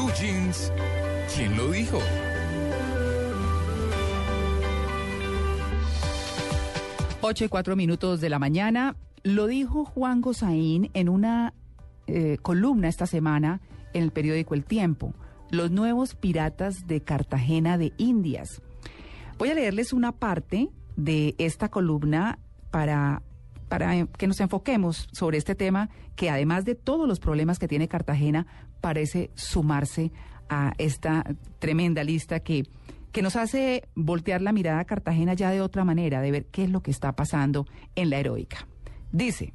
Blue Jeans, ¿quién lo dijo? Ocho y 4 minutos de la mañana. Lo dijo Juan Gozaín en una columna esta semana en el periódico El Tiempo. Los nuevos piratas de Cartagena de Indias. Voy a leerles una parte de esta columna para que nos enfoquemos sobre este tema que, además de todos los problemas que tiene Cartagena, parece sumarse a esta tremenda lista que nos hace voltear la mirada a Cartagena ya de otra manera, de ver qué es lo que está pasando en la heroica. Dice: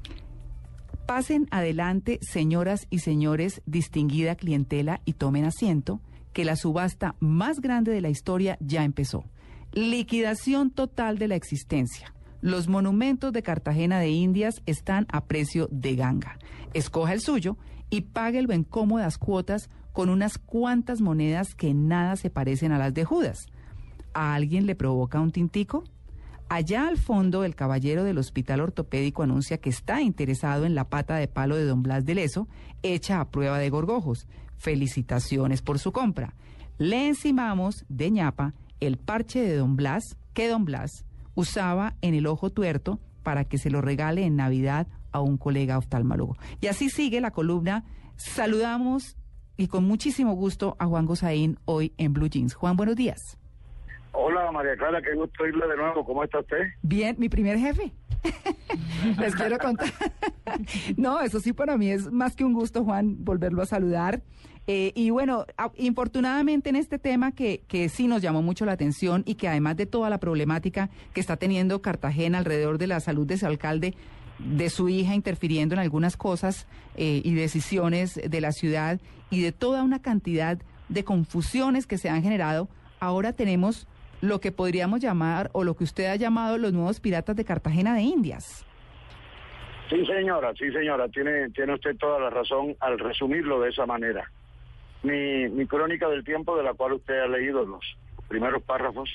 pasen adelante, señoras y señores, distinguida clientela, y tomen asiento, que la subasta más grande de la historia ya empezó. Liquidación total de la existencia. Los monumentos de Cartagena de Indias están a precio de ganga. Escoja el suyo y páguelo en cómodas cuotas con unas cuantas monedas que nada se parecen a las de Judas. ¿A alguien le provoca un tintico? Allá al fondo, el caballero del hospital ortopédico anuncia que está interesado en la pata de palo de don Blas de Leso, hecha a prueba de gorgojos. Felicitaciones por su compra. Le encimamos de ñapa el parche de don Blas, que don Blas usaba en el ojo tuerto para que se lo regale en Navidad a un colega oftalmólogo. Y así sigue la columna. Saludamos y con muchísimo gusto a Juan Gozaín hoy en Blue Jeans. Juan, buenos días. Hola, María Clara, qué gusto irle de nuevo. ¿Cómo está usted? Bien, mi primer jefe. Les quiero contar. No, eso sí, para mí es más que un gusto, Juan, volverlo a saludar. Y bueno, infortunadamente en este tema que sí nos llamó mucho la atención y que, además de toda la problemática que está teniendo Cartagena alrededor de la salud de su alcalde, de su hija interfiriendo en algunas cosas y decisiones de la ciudad, y de toda una cantidad de confusiones que se han generado, ahora tenemos lo que podríamos llamar, o lo que usted ha llamado, los nuevos piratas de Cartagena de Indias. Sí, señora, tiene usted toda la razón al resumirlo de esa manera. Mi crónica del tiempo, de la cual usted ha leído los primeros párrafos,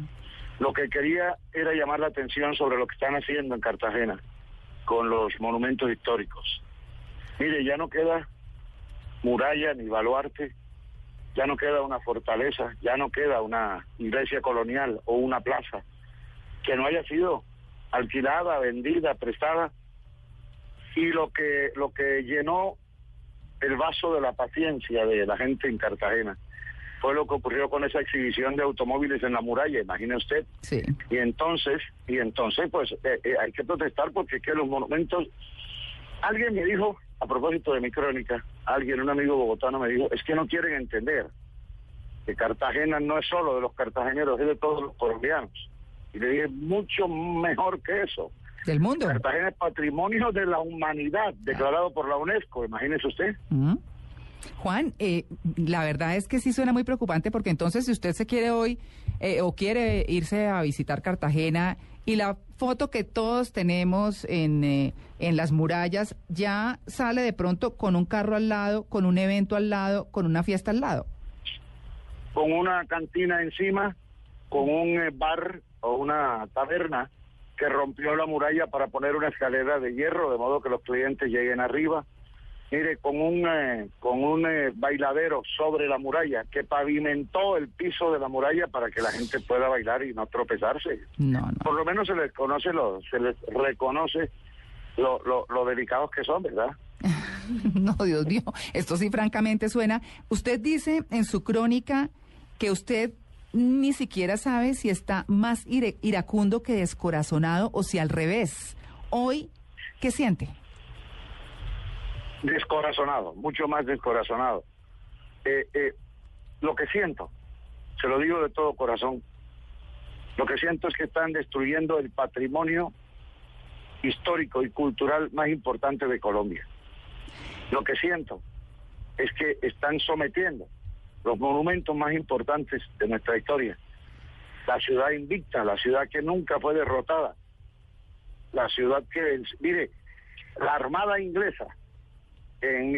lo que quería era llamar la atención sobre lo que están haciendo en Cartagena con los monumentos históricos. Mire, ya no queda muralla ni baluarte, ya no queda una fortaleza, ya no queda una iglesia colonial o una plaza que no haya sido alquilada, vendida, prestada. Y lo que llenó el vaso de la paciencia de la gente en Cartagena fue lo que ocurrió con esa exhibición de automóviles en la muralla, imagine usted. Sí. Y entonces pues hay que protestar, porque es que los monumentos... Alguien me dijo, a propósito de mi crónica, un amigo bogotano me dijo, es que no quieren entender que Cartagena no es solo de los cartageneros, es de todos los colombianos. Y le dije, mucho mejor que eso. Del mundo. Cartagena es patrimonio de la humanidad, declarado por la UNESCO, imagínese usted. Juan, la verdad es que sí suena muy preocupante, porque entonces, si usted se quiere hoy o quiere irse a visitar Cartagena, y la foto que todos tenemos en las murallas ya sale de pronto con un carro al lado, con un evento al lado, con una fiesta al lado. Con una cantina encima, con un bar o una taberna que rompió la muralla para poner una escalera de hierro, de modo que los clientes lleguen arriba. Mire, con un bailadero sobre la muralla que pavimentó el piso de la muralla para que la gente pueda bailar y no tropezarse. No. Por lo menos se les reconoce lo delicados que son, ¿verdad? No, Dios mío, esto sí francamente suena. Usted dice en su crónica que usted ni siquiera sabe si está más iracundo que descorazonado, o si al revés. Hoy, ¿qué siente? Descorazonado, mucho más descorazonado. Lo que siento, se lo digo de todo corazón, lo que siento es que están destruyendo el patrimonio histórico y cultural más importante de Colombia. Lo que siento es que están sometiendo los monumentos más importantes de nuestra historia. La ciudad invicta, la ciudad que nunca fue derrotada, la ciudad que, mire, la Armada inglesa en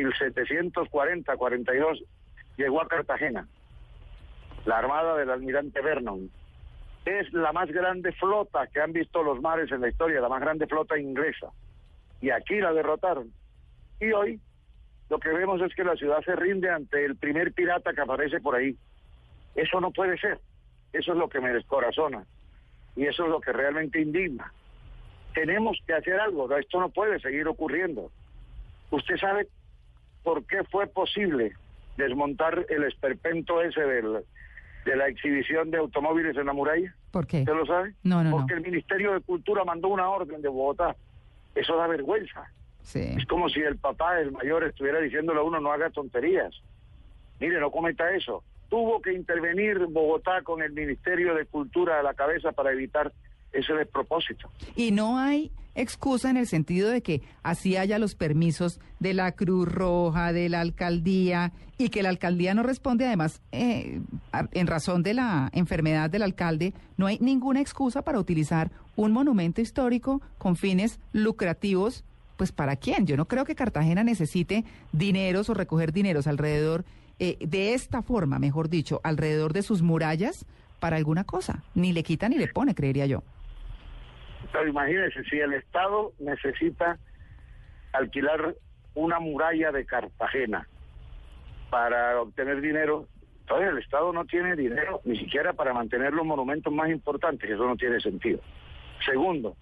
1740-42 llegó a Cartagena, la armada del almirante Vernon. Es la más grande flota que han visto los mares en la historia, la más grande flota inglesa. Y aquí la derrotaron. Y hoy lo que vemos es que la ciudad se rinde ante el primer pirata que aparece por ahí. Eso no puede ser. Eso es lo que me descorazona. Y eso es lo que realmente indigna. Tenemos que hacer algo. Esto no puede seguir ocurriendo. ¿Usted sabe por qué fue posible desmontar el esperpento ese de la exhibición de automóviles en la muralla? ¿Por qué? ¿Usted lo sabe? No. Porque el Ministerio de Cultura mandó una orden de Bogotá. Eso da vergüenza. Sí. Es como si el papá, el mayor, estuviera diciéndole a uno no haga tonterías. Mire, no cometa eso. Tuvo que intervenir Bogotá con el Ministerio de Cultura a la cabeza para evitar ese despropósito. Y no hay excusa en el sentido de que así haya los permisos de la Cruz Roja, de la alcaldía, y que la alcaldía no responde, además, en razón de la enfermedad del alcalde, no hay ninguna excusa para utilizar un monumento histórico con fines lucrativos. Pues ¿para quién? Yo no creo que Cartagena necesite dineros o recoger dineros alrededor, de esta forma, mejor dicho, alrededor de sus murallas para alguna cosa. Ni le quita ni le pone, creería yo. Pero imagínense, si el Estado necesita alquilar una muralla de Cartagena para obtener dinero, entonces el Estado no tiene dinero ni siquiera para mantener los monumentos más importantes. Eso no tiene sentido. Segundo,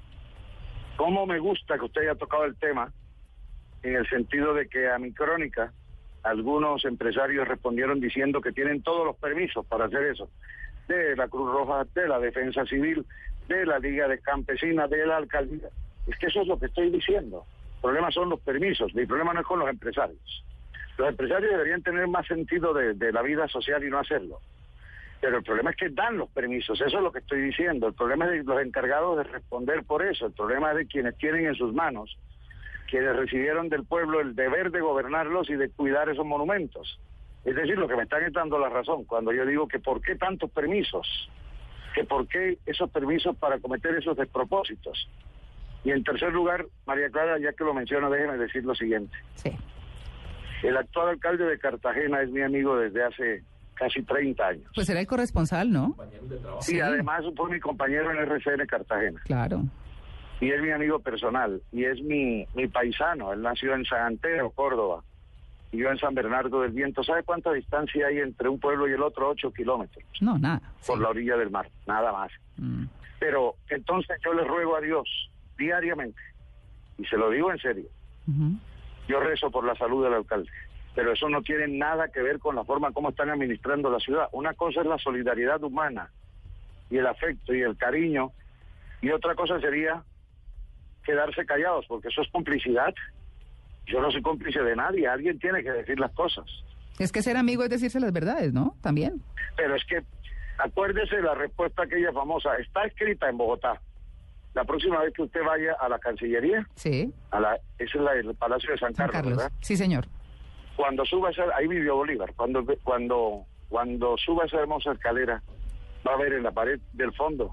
cómo me gusta que usted haya tocado el tema en el sentido de que a mi crónica algunos empresarios respondieron diciendo que tienen todos los permisos para hacer eso, de la Cruz Roja, de la Defensa Civil, de la Liga de Campesinas, de la Alcaldía. Es que eso es lo que estoy diciendo. El problema son los permisos, mi problema no es con los empresarios. Los empresarios deberían tener más sentido de la vida social y no hacerlo. Pero el problema es que dan los permisos, eso es lo que estoy diciendo. El problema es de los encargados de responder por eso. El problema es de quienes tienen en sus manos, quienes recibieron del pueblo el deber de gobernarlos y de cuidar esos monumentos. Es decir, lo que me están dando la razón cuando yo digo que por qué tantos permisos, que por qué esos permisos para cometer esos despropósitos. Y en tercer lugar, María Clara, ya que lo menciono, déjeme decir lo siguiente. Sí. El actual alcalde de Cartagena es mi amigo desde hace casi 30 años. Pues era el corresponsal, ¿no? Sí, además fue mi compañero en RCN Cartagena. Claro. Y es mi amigo personal, y es mi paisano. Él nació en San Antero, Córdoba, y yo en San Bernardo del Viento. ¿Sabe cuánta distancia hay entre un pueblo y el otro? 8 kilómetros. No, nada. Por la orilla del mar, nada más. Pero entonces yo le ruego a Dios diariamente, y se lo digo en serio, yo rezo por la salud del alcalde, pero eso no tiene nada que ver con la forma como están administrando la ciudad. Una cosa es la solidaridad humana y el afecto y el cariño, y otra cosa sería quedarse callados, porque eso es complicidad. Yo no soy cómplice de nadie, alguien tiene que decir las cosas. Es que ser amigo es decirse las verdades, ¿no? También. Pero es que, acuérdese la respuesta aquella famosa, está escrita en Bogotá. La próxima vez que usted vaya a la Cancillería, sí, esa es el Palacio de San Carlos, ¿verdad? Sí, señor. Cuando suba ahí vivió Bolívar, cuando suba esa hermosa escalera, va a ver en la pared del fondo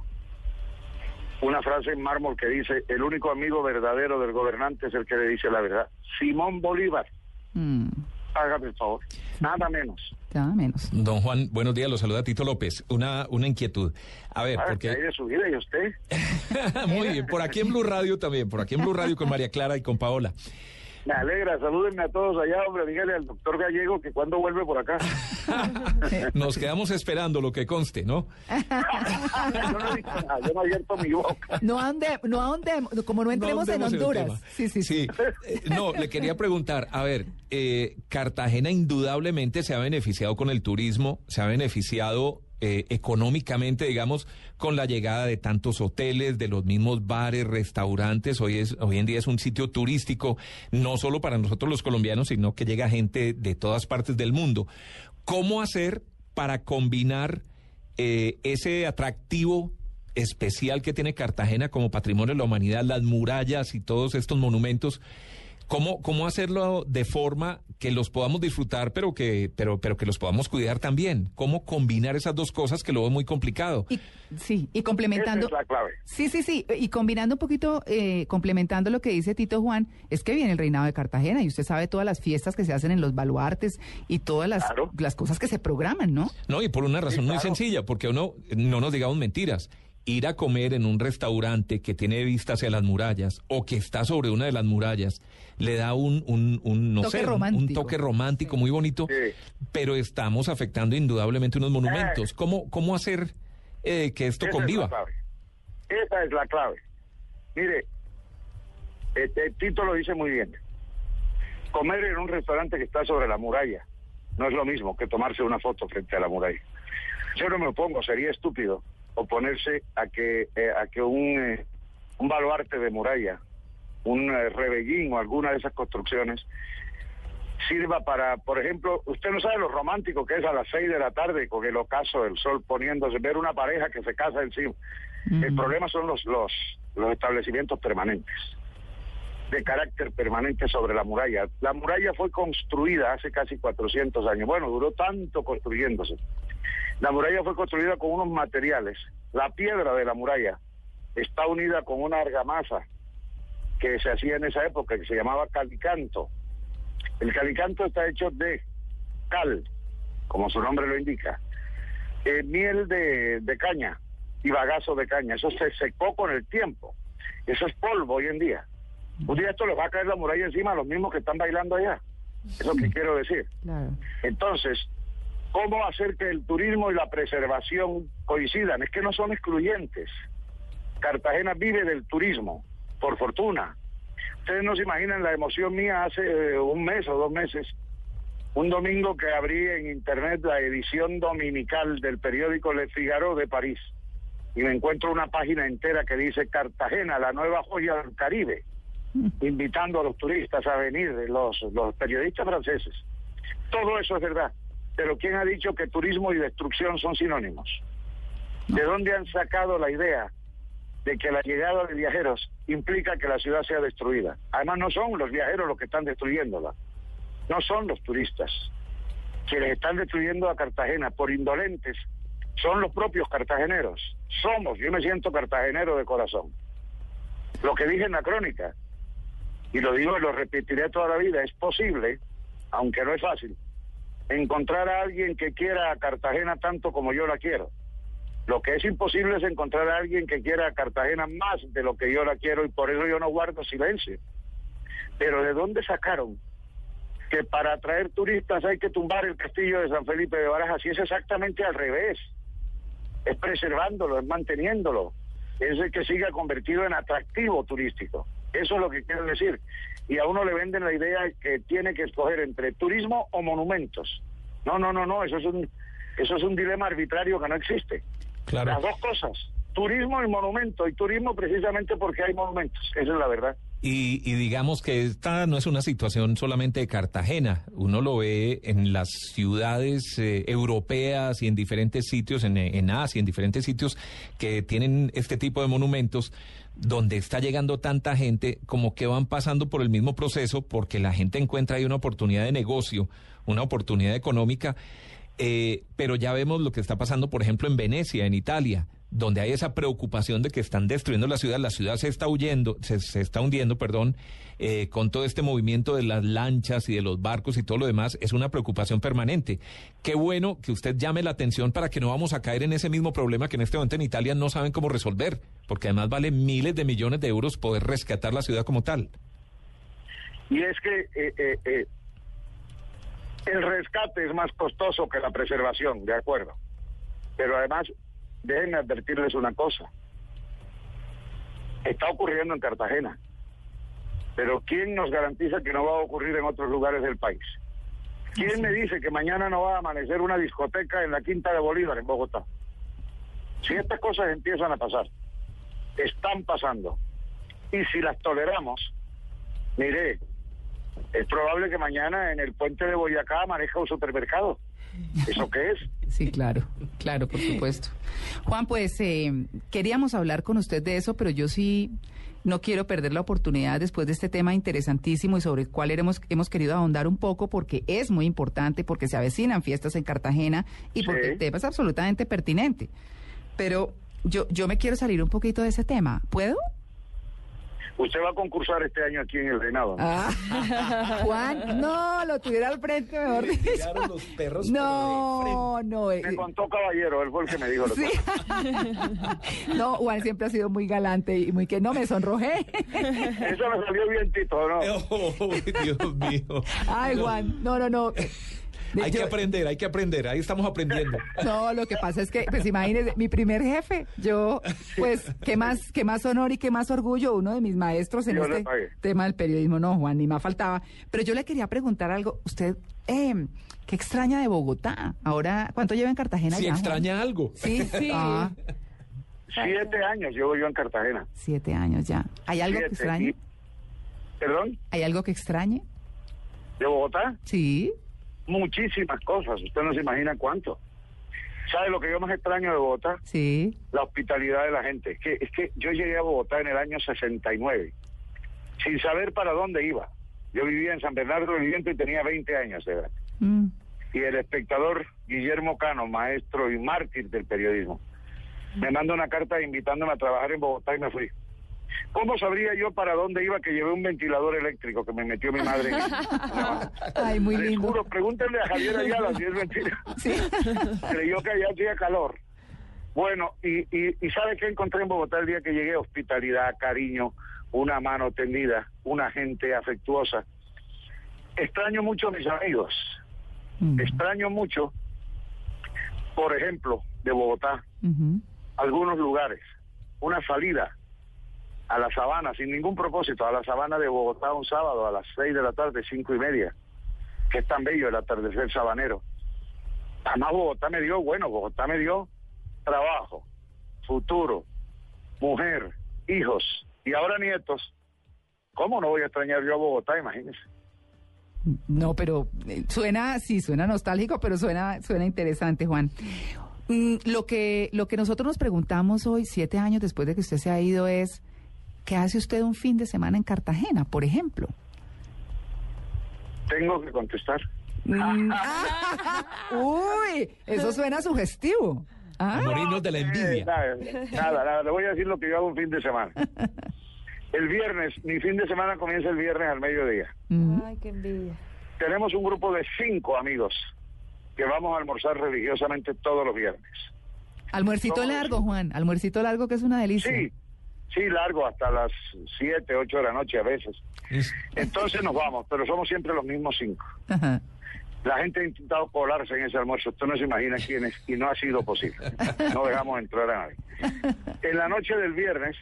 una frase en mármol que dice: el único amigo verdadero del gobernante es el que le dice la verdad. Simón Bolívar. Hágame el favor. Nada menos. Nada menos. Don Juan, buenos días, lo saluda Tito López. Una inquietud. A ver, porque... ¿Qué hay de su vida y usted? Muy bien, por aquí en Blue Radio también, por aquí en Blue Radio con María Clara y con Paola. Me alegra, salúdenme a todos allá, hombre, dígale al doctor Gallego que cuando vuelve por acá. Nos quedamos esperando, lo que conste, ¿no? Yo no digo nada, yo no abierto mi boca. No ande, como no entremos en Honduras. Sí. No, le quería preguntar, a ver, Cartagena indudablemente se ha beneficiado con el turismo, se ha beneficiado económicamente, digamos, con la llegada de tantos hoteles, de los mismos bares, restaurantes. Hoy en día es un sitio turístico, no solo para nosotros los colombianos, sino que llega gente de todas partes del mundo. ¿Cómo hacer para combinar ese atractivo especial que tiene Cartagena como patrimonio de la humanidad, las murallas y todos estos monumentos? ¿Cómo hacerlo de forma que los podamos disfrutar, pero que los podamos cuidar también? ¿Cómo combinar esas dos cosas que lo veo muy complicado? Y complementando... Esa es la clave. Sí, y combinando un poquito, complementando lo que dice Tito Juan, es que viene el reinado de Cartagena y usted sabe todas las fiestas que se hacen en los baluartes y todas las cosas que se programan, ¿no? No, y por una razón muy sencilla, porque no nos digamos mentiras. ir a comer en un restaurante que tiene vista hacia las murallas o que está sobre una de las murallas le da no sé, un toque romántico muy bonito, Sí. pero estamos afectando indudablemente unos monumentos. ¿Cómo hacer que esto conviva? Esa es la clave. Mire, Tito lo dice muy bien. Comer en un restaurante que está sobre la muralla no es lo mismo que tomarse una foto frente a la muralla. Yo no me opongo, sería estúpido oponerse a que un baluarte de muralla, un rebellín o alguna de esas construcciones sirva para, por ejemplo, usted no sabe lo romántico que es a las 6 de la tarde con el ocaso del sol poniéndose, ver una pareja que se casa encima. El problema son los establecimientos permanentes, de carácter permanente sobre la muralla. La muralla fue construida hace casi 400 años. Bueno, duró tanto construyéndose. La muralla fue construida con unos materiales. La piedra de la muralla está unida con una argamasa que se hacía en esa época, que se llamaba calicanto. El calicanto está hecho de cal, como su nombre lo indica, miel de caña y bagazo de caña. Eso se secó con el tiempo. Eso es polvo hoy en día. Un día esto les va a caer la muralla encima a los mismos que están bailando allá. Es lo que quiero decir. Claro. Entonces, ¿cómo hacer que el turismo y la preservación coincidan? Es que no son excluyentes. Cartagena vive del turismo, por fortuna. Ustedes no se imaginan la emoción mía hace un mes o 2 meses, un domingo que abrí en internet la edición dominical del periódico Le Figaro de París y me encuentro una página entera que dice Cartagena, la nueva joya del Caribe, invitando a los turistas a venir, los periodistas franceses. Todo eso es verdad, pero ¿quién ha dicho que turismo y destrucción son sinónimos? ¿De dónde han sacado la idea de que la llegada de viajeros implica que la ciudad sea destruida? Además, no son los viajeros los que están destruyéndola, no son los turistas quienes están destruyendo a Cartagena por indolentes, son los propios cartageneros. Yo me siento cartagenero de corazón. Lo que dije en la crónica, y lo digo y lo repetiré toda la vida, es posible, aunque no es fácil, encontrar a alguien que quiera a Cartagena tanto como yo la quiero. Lo que es imposible es encontrar a alguien que quiera a Cartagena más de lo que yo la quiero, y por eso yo no guardo silencio. Pero ¿de dónde sacaron que para atraer turistas hay que tumbar el castillo de San Felipe de Barajas? Si es exactamente al revés. Es preservándolo, es manteniéndolo, es el que siga convertido en atractivo turístico. Eso es lo que quiero decir. Y a uno le venden la idea que tiene que escoger entre turismo o monumentos. No, eso es un dilema arbitrario que no existe. Claro. Las dos cosas, turismo y monumento, y turismo precisamente porque hay monumentos, esa es la verdad. Y digamos que esta no es una situación solamente de Cartagena, uno lo ve en las ciudades europeas y en diferentes sitios, en Asia, en diferentes sitios que tienen este tipo de monumentos, donde está llegando tanta gente, como que van pasando por el mismo proceso, porque la gente encuentra ahí una oportunidad de negocio, una oportunidad económica, pero ya vemos lo que está pasando, por ejemplo, en Venecia, en Italia, donde hay esa preocupación de que están destruyendo la ciudad se está hundiendo, con todo este movimiento de las lanchas y de los barcos y todo lo demás, es una preocupación permanente. Qué bueno que usted llame la atención para que no vamos a caer en ese mismo problema que en este momento en Italia no saben cómo resolver, porque además vale miles de millones de euros poder rescatar la ciudad como tal. Y es que el rescate es más costoso que la preservación, de acuerdo, pero además déjenme advertirles una cosa. Está ocurriendo en Cartagena, pero ¿quién nos garantiza que no va a ocurrir en otros lugares del país? ¿Quién me dice que mañana no va a amanecer una discoteca en la Quinta de Bolívar, en Bogotá? Si estas cosas empiezan a pasar, están pasando, y si las toleramos, mire, es probable que mañana en el puente de Boyacá amanezca un supermercado. ¿Eso qué es? Sí, claro, por supuesto. Juan, pues queríamos hablar con usted de eso, pero yo sí no quiero perder la oportunidad después de este tema interesantísimo y sobre el cual hemos querido ahondar un poco porque es muy importante, porque se avecinan fiestas en Cartagena y porque el tema es absolutamente pertinente. Pero yo me quiero salir un poquito de ese tema. ¿Puedo? Usted va a concursar este año aquí en el Reinado. Juan, no, lo tuviera al frente, mejor dicho. Los perros No. Me contó Caballero, él fue el que me dijo. Sí. No, Juan siempre ha sido muy galante y muy que no me sonrojé. Eso me salió bien, Tito, ¿no? Oh, Dios mío. Ay, Juan, no. Hay que aprender, ahí estamos aprendiendo. No, lo que pasa es que, pues imagínese, mi primer jefe, yo, pues, qué más honor y qué más orgullo, uno de mis maestros en este tema del periodismo. No, Juan, ni más faltaba. Pero yo le quería preguntar algo, usted, ¿qué extraña de Bogotá? Ahora, ¿cuánto lleva en Cartagena Si ya, extraña Juan? algo. Sí. 7 años llevo yo en Cartagena. 7 años ya. ¿Hay algo que extrañe? ¿Perdón? ¿Hay algo que extrañe? ¿De Bogotá? Sí. Muchísimas cosas, usted no se imagina cuánto. ¿Sabe lo que yo más extraño de Bogotá? Sí. La hospitalidad de la gente. Es que yo llegué a Bogotá en el año 69, sin saber para dónde iba. Yo vivía en San Bernardo del Viento y tenía 20 años de edad. Y el espectador Guillermo Cano, maestro y mártir del periodismo, me manda una carta invitándome a trabajar en Bogotá y me fui. ¿Cómo sabría yo para dónde iba que llevé un ventilador eléctrico que me metió mi madre? Ay, muy lindo. Les juro, pregúntenle a Javier Ayala si es mentira. Sí. Creyó que allá hacía calor. Bueno, y ¿sabe qué encontré en Bogotá el día que llegué? Hospitalidad, cariño, una mano tendida, una gente afectuosa. Extraño mucho a mis amigos. Extraño mucho, por ejemplo, de Bogotá, algunos lugares, una salida a la sabana, sin ningún propósito, a la sabana de Bogotá un sábado a las 6 de la tarde, 5:30, que es tan bello el atardecer sabanero. Además Bogotá me dio trabajo, futuro, mujer, hijos y ahora nietos. ¿Cómo no voy a extrañar yo a Bogotá? Imagínense. No, pero suena nostálgico, pero suena interesante, Juan. Lo que nosotros nos preguntamos hoy, 7 años después de que usted se ha ido, es ¿qué hace usted un fin de semana en Cartagena, por ejemplo? Tengo que contestar. Uy, eso suena sugestivo. A morirnos de la envidia. Nada, le voy a decir lo que yo hago un fin de semana. El viernes, mi fin de semana comienza el viernes al mediodía. Ay, qué envidia. Tenemos un grupo de 5 amigos que vamos a almorzar religiosamente todos los viernes. Almuercito largo, Juan, almuercito largo que es una delicia. Sí, largo, hasta las 7, 8 de la noche a veces. Entonces nos vamos, pero somos siempre los mismos 5. Ajá. La gente ha intentado colarse en ese almuerzo, usted no se imagina quién es, y no ha sido posible. No dejamos entrar a nadie. En la noche del viernes,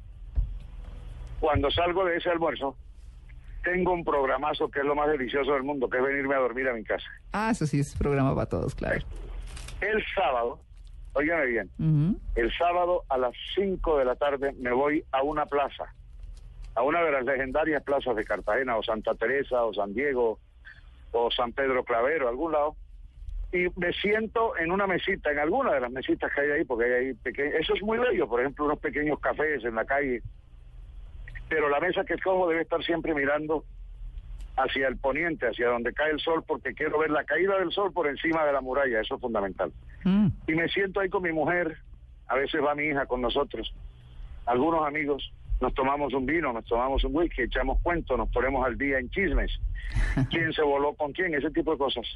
cuando salgo de ese almuerzo, tengo un programazo que es lo más delicioso del mundo, que es venirme a dormir a mi casa. Eso sí es programa para todos, claro. El sábado, óigame bien, el sábado a las 5 de la tarde me voy a una plaza, a una de las legendarias plazas de Cartagena, o Santa Teresa, o San Diego, o San Pedro Clavero, algún lado, y me siento en una mesita, en alguna de las mesitas que hay ahí, porque hay ahí pequeños, eso es muy bello, por ejemplo, unos pequeños cafés en la calle, pero la mesa que escojo debe estar siempre mirando hacia el poniente, hacia donde cae el sol, porque quiero ver la caída del sol por encima de la muralla, eso es fundamental. Y me siento ahí con mi mujer, a veces va mi hija con nosotros, algunos amigos, nos tomamos un vino, nos tomamos un whisky, echamos cuentos, nos ponemos al día en chismes, quién se voló con quién, ese tipo de cosas.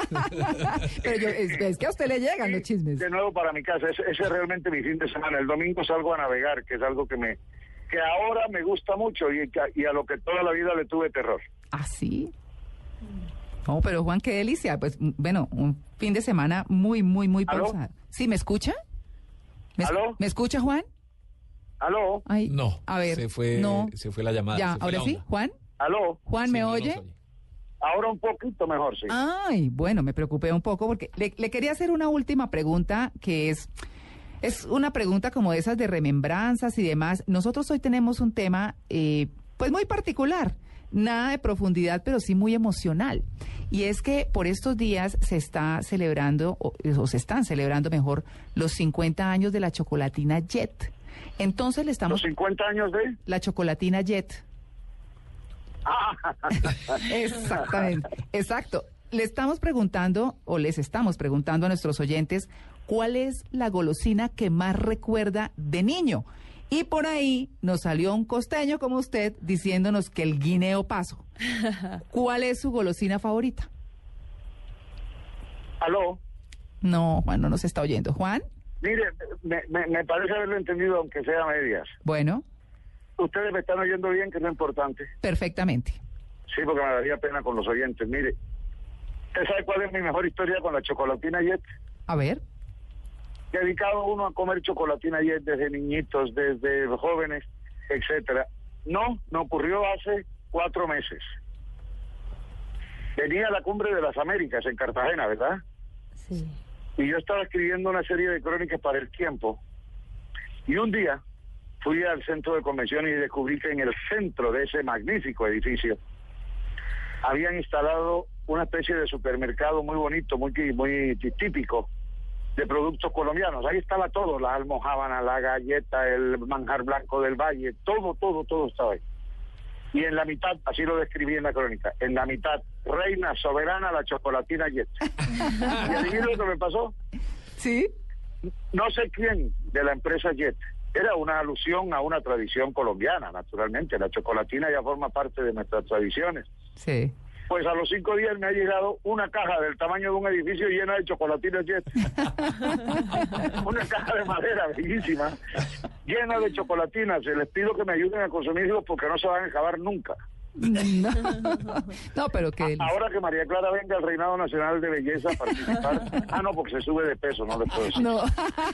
Pero es que a usted le llegan los chismes. De nuevo para mi casa, ese es realmente mi fin de semana. El domingo salgo a navegar, que es algo que ahora me gusta mucho y a lo que toda la vida le tuve terror. ¿Ah, sí? No, pero Juan, qué delicia. Pues bueno, un fin de semana muy, muy, muy pausado. ¿Sí, me escucha? ¿Aló? ¿Me escucha, Juan? ¿Aló? Ay, no, a ver, se fue la llamada. Ya, ahora sí, Juan. ¿Aló? Juan, Sí, ¿me no oye? nos oye. Ahora un poquito mejor, sí. Ay, bueno, me preocupé un poco porque le quería hacer una última pregunta que es una pregunta como de esas de remembranzas y demás. Nosotros hoy tenemos un tema pues muy particular, nada de profundidad, pero sí muy emocional. Y es que por estos días se está celebrando, o se están celebrando mejor, los 50 años de la chocolatina Jet. Entonces le estamos... ¿Los 50 años de...? La chocolatina Jet. Exactamente, exacto. Les estamos preguntando a nuestros oyentes cuál es la golosina que más recuerda de niño. Y por ahí nos salió un costeño como usted diciéndonos que el guineo paso. ¿Cuál es su golosina favorita? ¿Aló? No, Juan no nos está oyendo. ¿Juan? Mire, me parece haberlo entendido, aunque sea a medias. Bueno, Ustedes me están oyendo bien, que es lo importante. perfectamente. Sí, porque me daría pena con los oyentes. Mire, ¿usted sabe cuál es mi mejor historia con la chocolatina Jet? A ver. Dedicado uno a comer chocolatina Jet desde niñitos, desde jóvenes, etcétera. No, me ocurrió hace 4 meses. Venía a la Cumbre de las Américas en Cartagena, ¿verdad? Sí. Y yo estaba escribiendo una serie de crónicas para El Tiempo. Y un día fui al centro de convenciones y descubrí que en el centro de ese magnífico edificio habían instalado una especie de supermercado muy bonito, muy típico de productos colombianos. Ahí estaba todo, la almojábana, la galleta, el manjar blanco del valle, todo estaba ahí. Y en la mitad, así lo describí en la crónica, en la mitad, reina soberana la chocolatina Jet. ¿Y adivina lo que me pasó? ¿Sí? No sé quién de la empresa Jet. Era una alusión a una tradición colombiana, naturalmente. La chocolatina ya forma parte de nuestras tradiciones. Sí. Pues a los 5 días me ha llegado una caja del tamaño de un edificio llena de chocolatinas Jet. Una caja de madera bellísima, llena de chocolatinas. Les pido que me ayuden a consumirlos porque no se van a acabar nunca. No, no, pero que... Ahora que María Clara venga al Reinado Nacional de Belleza a participar... no, porque se sube de peso, no le puedo decir. No.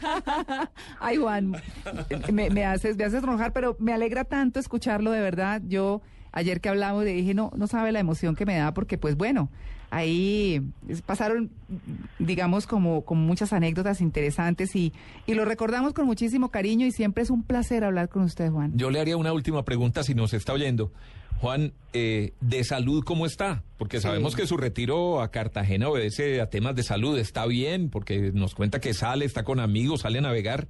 Ay, Juan, me haces enojar, pero me alegra tanto escucharlo, de verdad. Yo, ayer que hablamos, le dije, no sabe la emoción que me da, porque pues bueno, ahí pasaron, digamos, como muchas anécdotas interesantes y lo recordamos con muchísimo cariño y siempre es un placer hablar con usted, Juan. Yo le haría una última pregunta si nos está oyendo. Juan, de salud, ¿cómo está? Porque sabemos que su retiro a Cartagena obedece a temas de salud. ¿Está bien? Porque nos cuenta que sale, está con amigos, sale a navegar.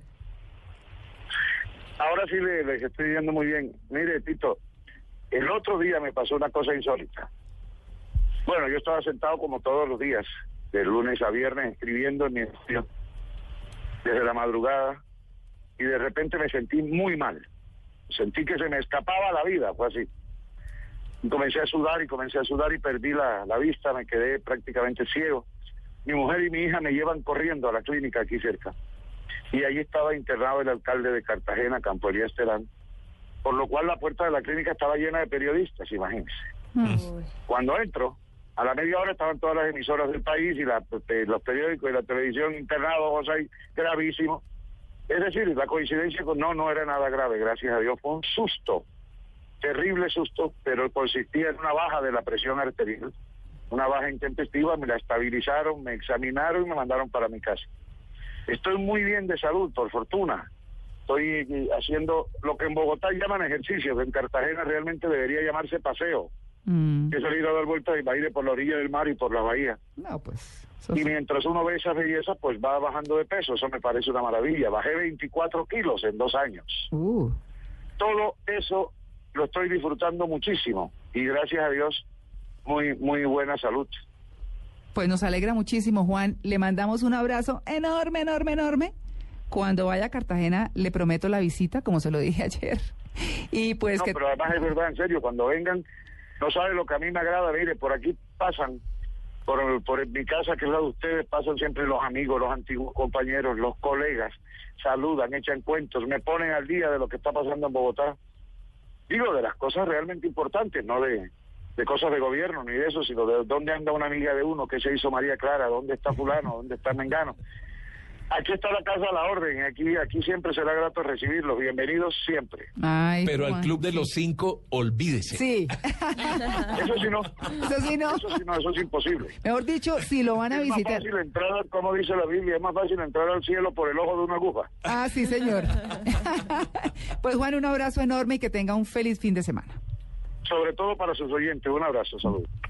Ahora sí les estoy viendo muy bien. Mire, Tito, el otro día me pasó una cosa insólita. Bueno, yo estaba sentado como todos los días, de lunes a viernes, escribiendo en mi estudio, desde la madrugada, y de repente me sentí muy mal. Sentí que se me escapaba la vida, fue así. Y comencé a sudar y perdí la vista, me quedé prácticamente ciego. Mi mujer y mi hija me llevan corriendo a la clínica aquí cerca. Y allí estaba internado el alcalde de Cartagena, Campo Elías Terán, por lo cual la puerta de la clínica estaba llena de periodistas, imagínense. Cuando entro, a la media hora estaban todas las emisoras del país y los periódicos y la televisión internados, José, gravísimo. Es decir, la coincidencia no era nada grave, gracias a Dios. Fue un susto, terrible susto, pero consistía en una baja de la presión arterial, una baja intempestiva. Me la estabilizaron, me examinaron y me mandaron para mi casa. Estoy muy bien de salud, por fortuna. Estoy haciendo lo que en Bogotá llaman ejercicio, que en Cartagena realmente debería llamarse paseo. Que salir a dar vueltas y baile por la orilla del mar y por la bahía. No, pues... Y mientras uno ve esas bellezas, pues va bajando de peso. Eso me parece una maravilla. Bajé 24 kilos en 2 años. Todo eso lo estoy disfrutando muchísimo. Y gracias a Dios, muy buena salud. Pues nos alegra muchísimo, Juan. Le mandamos un abrazo enorme. Cuando vaya a Cartagena, le prometo la visita, como se lo dije ayer. Y pues pero además es verdad, en serio, cuando vengan, no sabe lo que a mí me agrada. Mire, por aquí pasan, por mi casa, que es la de ustedes, pasan siempre los amigos, los antiguos compañeros, los colegas, saludan, echan cuentos, me ponen al día de lo que está pasando en Bogotá. Digo, de las cosas realmente importantes, no de cosas de gobierno ni de eso, sino de dónde anda una amiga de uno, qué se hizo María Clara, dónde está fulano, dónde está Mengano. Aquí está la casa a la orden, aquí siempre será grato recibirlos, bienvenidos siempre. Ay, pero Juan, al Club de los 5, olvídese. Sí. Eso sí no. Eso es imposible. Mejor dicho, si lo van a visitar. Es más fácil entrar, como dice la Biblia, es más fácil entrar al cielo por el ojo de una aguja. Ah, sí, señor. Pues Juan, un abrazo enorme y que tenga un feliz fin de semana. Sobre todo para sus oyentes, un abrazo, saludos.